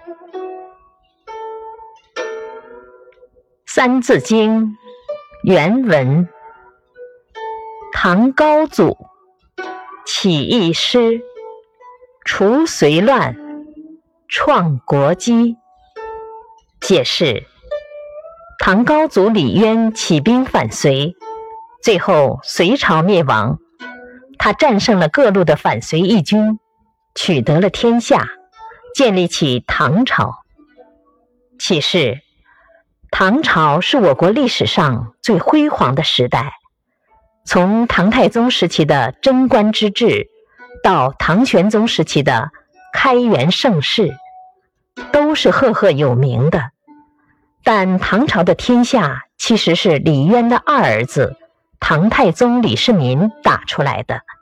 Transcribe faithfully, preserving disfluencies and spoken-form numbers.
三字经原文：唐高祖起义师，除隋乱，创国基。解释：唐高祖李渊起兵反隋，最后隋朝灭亡，他战胜了各路的反隋义军，取得了天下，建立起唐朝。启示：唐朝是我国历史上最辉煌的时代，从唐太宗时期的贞观之治到唐玄宗时期的开元盛世，都是赫赫有名的。但唐朝的天下其实是李渊的二儿子唐太宗李世民打出来的。